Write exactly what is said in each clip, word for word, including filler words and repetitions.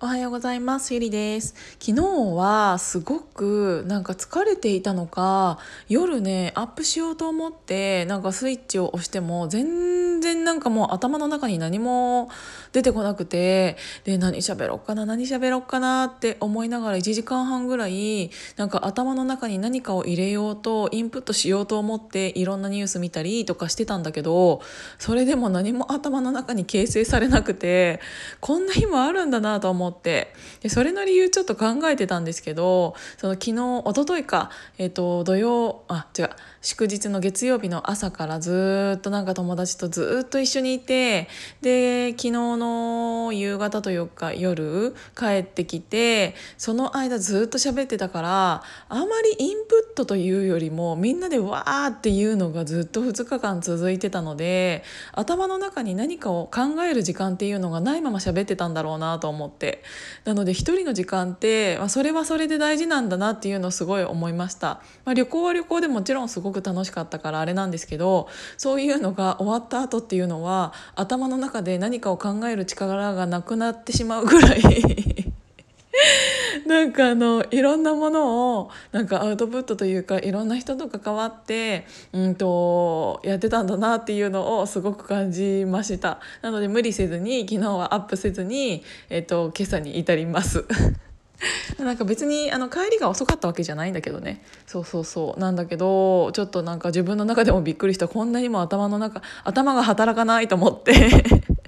おはようございます。ゆりです。昨日はすごくなんか疲れていたのか、夜ね、アップしようと思って、なんかスイッチを押しても、全然なんかもう頭の中に何も出てこなくて、で、何喋ろうかな、何喋ろうかなって思いながらいちじかんはんぐらい、なんか頭の中に何かを入れようと、インプットしようと思って、いろんなニュース見たりとかしてたんだけど、それでも何も頭の中に形成されなくて、こんな日もあるんだなと思って、でそれの理由ちょっと考えてたんですけど、その昨日一昨日か、えっと土曜あ違う祝日の月曜日の朝からずっとなんか友達とずっと一緒にいて、で昨日の夕方というか夜帰ってきて、その間ずっと喋ってたから、あまりインプットというよりもみんなでわーっていうのがずっとふつかかん続いてたので、頭の中に何かを考える時間っていうのがないまま喋ってたんだろうなと思って、なので一人の時間って、まあ、それはそれで大事なんだなっていうのをすごい思いました。まあ、旅行は旅行でもちろんすごく楽しかったからあれなんですけど、そういうのが終わった後っていうのは頭の中で何かを考える力がなくなってしまうぐらいなんかあのいろんなものをなんかアウトプットというか、いろんな人と関わってうんとやってたんだなっていうのをすごく感じました。なので無理せずに、昨日はアップせずに、えっと、今朝に至りますなんか別にあの帰りが遅かったわけじゃないんだけどね。そうそうそうなんだけど、ちょっとなんか自分の中でもびっくりした。こんなにも頭の中頭が働かないと思って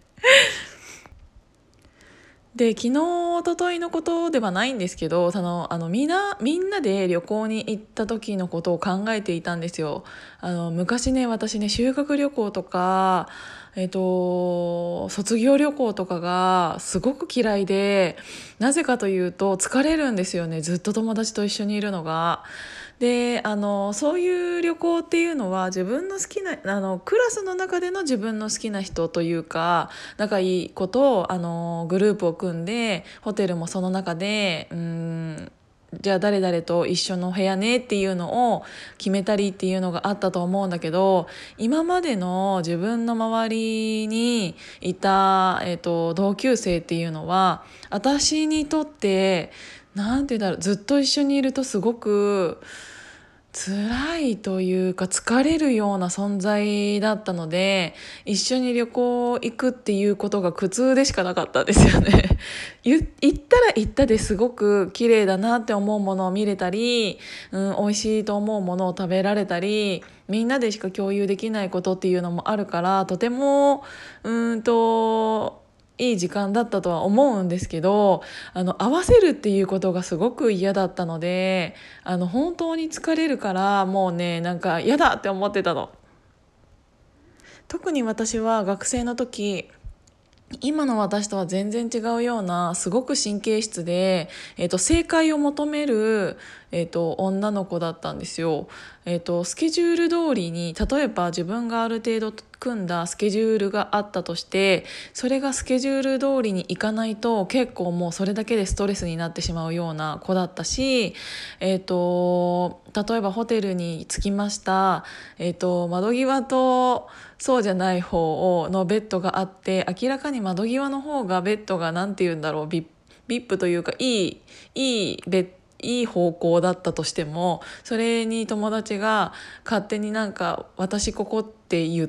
で昨日一昨日のことではないんですけど、そのあのみんなみんなで旅行に行った時のことを考えていたんですよ。あの昔ね、私ね、修学旅行とか、えっと卒業旅行とかがすごく嫌いで、なぜかというと疲れるんですよね、ずっと友達と一緒にいるのが。であのそういう旅行っていうのは、自分の好きなあのクラスの中での自分の好きな人というか、仲いい子とあのグループを組んで、ホテルもその中でうんじゃあ誰々と一緒の部屋ねっていうのを決めたりっていうのがあったと思うんだけど、今までの自分の周りにいた、えっと、同級生っていうのは、私にとってなんて言うんだろう、ずっと一緒にいるとすごく辛いというか疲れるような存在だったので、一緒に旅行行くっていうことが苦痛でしかなかったんですよね行ったら行ったですごく綺麗だなって思うものを見れたり、うん、美味しいと思うものを食べられたり、みんなでしか共有できないことっていうのもあるから、とてもうんといい時間だったとは思うんですけど、あの合わせるっていうことがすごく嫌だったので、あの本当に疲れるから、もうね、なんか嫌だって思ってたの。特に私は学生の時、今の私とは全然違うようなすごく神経質で、えー、と正解を求める、えー、と女の子だったんですよ。えー、とスケジュール通りに、例えば自分がある程度組んだスケジュールがあったとして、それがスケジュール通りにいかないと結構もうそれだけでストレスになってしまうような子だったし、えー、と例えばホテルに着きました、えー、と窓際とそうじゃない方のベッドがあって、明らかに窓際の方がベッドがなんて言うんだろう、ビップというかいいいいベッドいい方向だったとしても、それに友達が勝手になんか私ここって言って、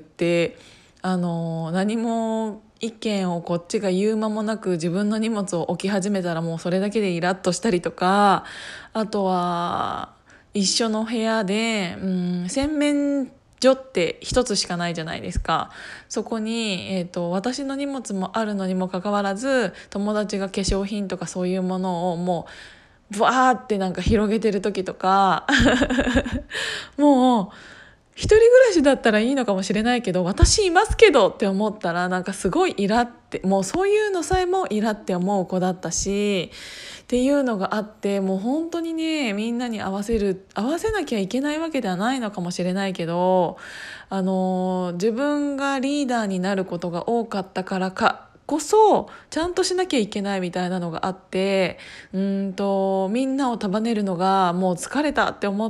あの何も意見をこっちが言う間もなく自分の荷物を置き始めたら、もうそれだけでイラッとしたりとか、あとは一緒の部屋で、うん、洗面所って一つしかないじゃないですか。そこに、えーと、私の荷物もあるのにもかかわらず、友達が化粧品とかそういうものをもうブワーってなんか広げてる時とかもう一人暮らしだったらいいのかもしれないけど、私いますけどって思ったら、なんかすごいイラって、もうそういうのさえもイラって思う子だったしっていうのがあって、もう本当にね、みんなに合わせる合わせなきゃいけないわけではないのかもしれないけど、あの自分がリーダーになることが多かったからかこそちゃんとしなきゃいけないみたいなのがあって、うんとみんなを束ねるのがもう疲れたって思って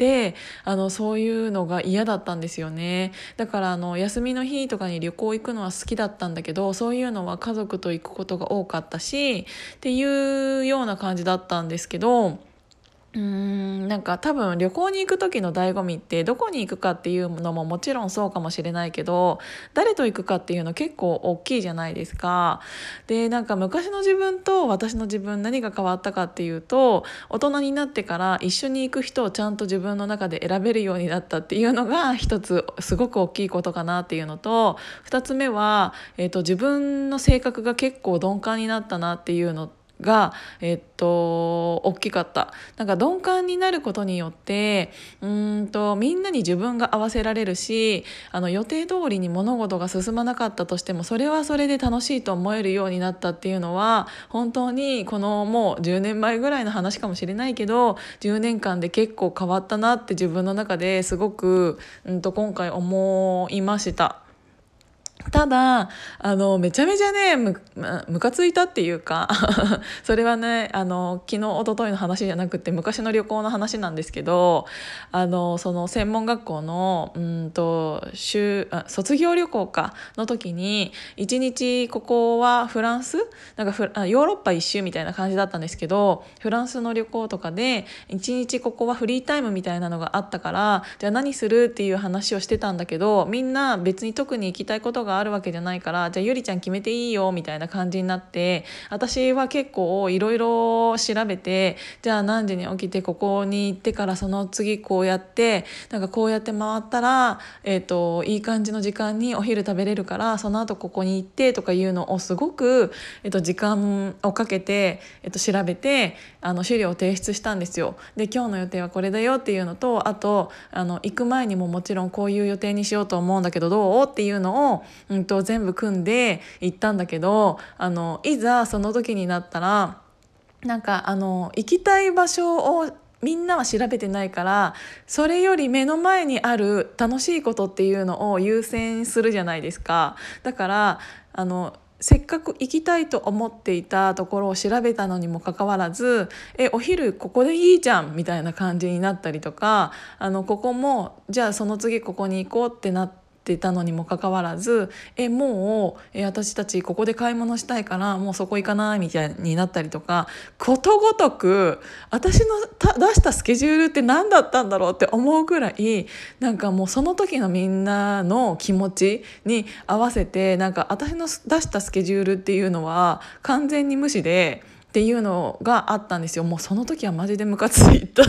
てあのそういうのが嫌だったんですよね。だからあの休みの日とかに旅行行くのは好きだったんだけど、そういうのは家族と行くことが多かったしっていうような感じだったんですけど、うーんなんか多分旅行に行く時の醍醐味ってどこに行くかっていうのももちろんそうかもしれないけど、誰と行くかっていうの結構大きいじゃないですか。でなんか昔の自分と私の自分何が変わったかっていうと、大人になってから一緒に行く人をちゃんと自分の中で選べるようになったっていうのが一つすごく大きいことかなっていうのと、二つ目は、えーと、自分の性格が結構鈍感になったなっていうのが、えっと、大きかった。なんか鈍感になることによってうーんとみんなに自分が合わせられるし、あの予定通りに物事が進まなかったとしてもそれはそれで楽しいと思えるようになったっていうのは、本当にこのもうじゅうねんまえぐらいの話かもしれないけど、じゅうねんかんで結構変わったなって自分の中ですごく、うんと今回思いました。ただあのめちゃめちゃねむむかついたっていうかそれはねあの昨日一昨日の話じゃなくて昔の旅行の話なんですけど、あのその専門学校のうんと修あ卒業旅行かの時にいちにちここはフランスなんかフあヨーロッパ一周みたいな感じだったんですけど、フランスの旅行とかでいちにちここはフリータイムみたいなのがあったから、じゃあ何するっていう話をしてたんだけど、みんな別に特に行きたいことがあるわけじゃないから、じゃあゆりちゃん決めていいよみたいな感じになって、私は結構いろいろ調べて、じゃあ何時に起きてここに行ってからその次こうやってなんかこうやって回ったら、えーと、いい感じの時間にお昼食べれるからその後ここに行ってとかいうのをすごく、えーと、時間をかけて、えーと、調べてあの資料を提出したんですよ。で今日の予定はこれだよっていうのと、あとあの行く前にももちろんこういう予定にしようと思うんだけどどうっていうのを、うんと、全部組んで行ったんだけど、あのいざその時になったらなんかあの行きたい場所をみんなは調べてないから、それより目の前にある楽しいことっていうのを優先するじゃないですか。だからあのせっかく行きたいと思っていたところを調べたのにもかかわらず、えお昼ここでいいじゃんみたいな感じになったりとか、あのここもじゃあその次ここに行こうってなってってたのにもかかわらず、えもうえ私たちここで買い物したいからもうそこ行かないみたいになったりとか、ことごとく私の出したスケジュールって何だったんだろうって思うくらい、なんかもうその時のみんなの気持ちに合わせて、なんか私の出したスケジュールっていうのは完全に無視でっていうのがあったんですよ。もうその時はマジでムカついた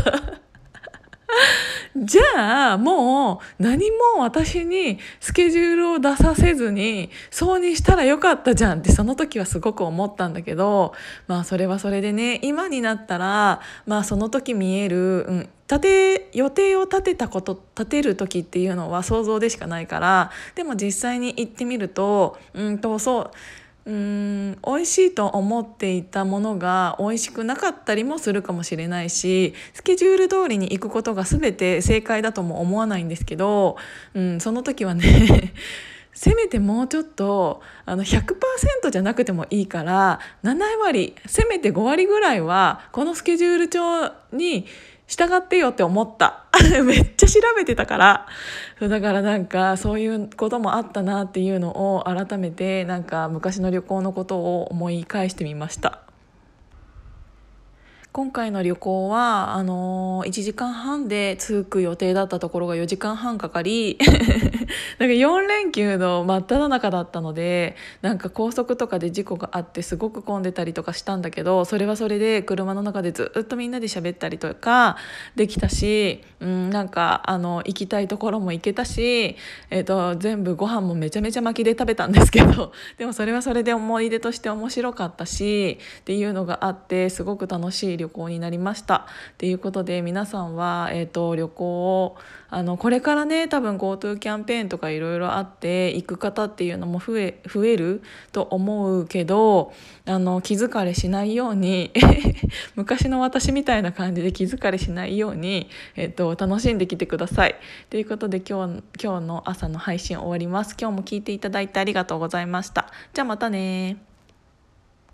じゃあもう何も私にスケジュールを出させずにそうにしたらよかったじゃんってその時はすごく思ったんだけど、まあそれはそれでね、今になったらまあその時見える、うん、立て予定を立てたこと立てる時っていうのは想像でしかないから、でも実際に行ってみるとうんとそううーん美味しいと思っていたものが美味しくなかったりもするかもしれないし、スケジュール通りに行くことが全て正解だとも思わないんですけど、うん、その時はねせめてもうちょっとあの ひゃくパーセント じゃなくてもいいからななわりせめてごわりぐらいはこのスケジュール帳に従ってよって思っためっちゃ調べてたから。だからなんかそういうこともあったなっていうのを改めてなんか昔の旅行のことを思い返してみました。今回の旅行はあのー、いちじかんはんで着く予定だったところがよじかんはんかかりなんかよん連休の真っ只中だったので、なんか高速とかで事故があってすごく混んでたりとかしたんだけど、それはそれで車の中でずっとみんなで喋ったりとかできたし、うん、なんかあの行きたいところも行けたし、えーと、全部ご飯もめちゃめちゃ巻きで食べたんですけどでもそれはそれで思い出として面白かったしっていうのがあって、すごく楽しい旅行になりました。ということで皆さんは、えーと、旅行をあのこれからね多分 GoTo キャンペーンとかいろいろあって行く方っていうのも増え、増えると思うけど、あの気疲れしないように昔の私みたいな感じで気疲れしないように、えーと、楽しんできてください。ということで今日、今日の朝の配信終わります。今日も聞いていただいてありがとうございました。じゃあまたね。